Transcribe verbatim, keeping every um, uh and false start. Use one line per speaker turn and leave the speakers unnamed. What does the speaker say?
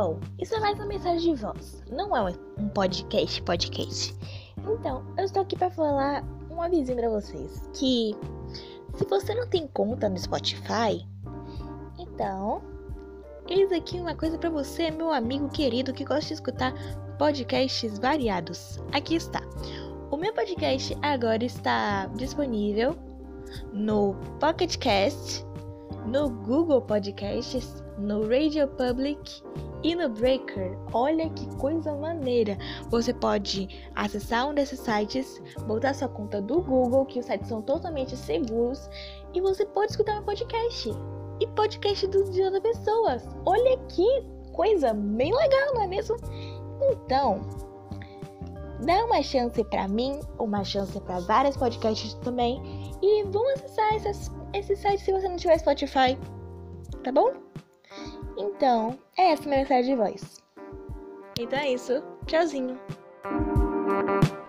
Bom, isso é mais uma mensagem de voz, não é um podcast, podcast. Então, eu estou aqui para falar um avisinho para vocês, que se você não tem conta no Spotify, então, eis aqui uma coisa para você, meu amigo querido que gosta de escutar podcasts variados. Aqui está. O meu podcast agora está disponível no Pocket Cast, no Google Podcasts, no Radio Public e no Breaker. Olha que coisa maneira! Você pode acessar um desses sites, botar sua conta do Google, que os sites são totalmente seguros, e você pode escutar meu podcast. E podcast dos de outras pessoas. Olha que coisa bem legal, não é mesmo? Então, dá uma chance pra mim, uma chance pra vários podcasts também, e vamos acessar essas, esses sites se você não tiver Spotify, tá bom? Então, é essa minha mensagem de voz. Então é isso, tchauzinho!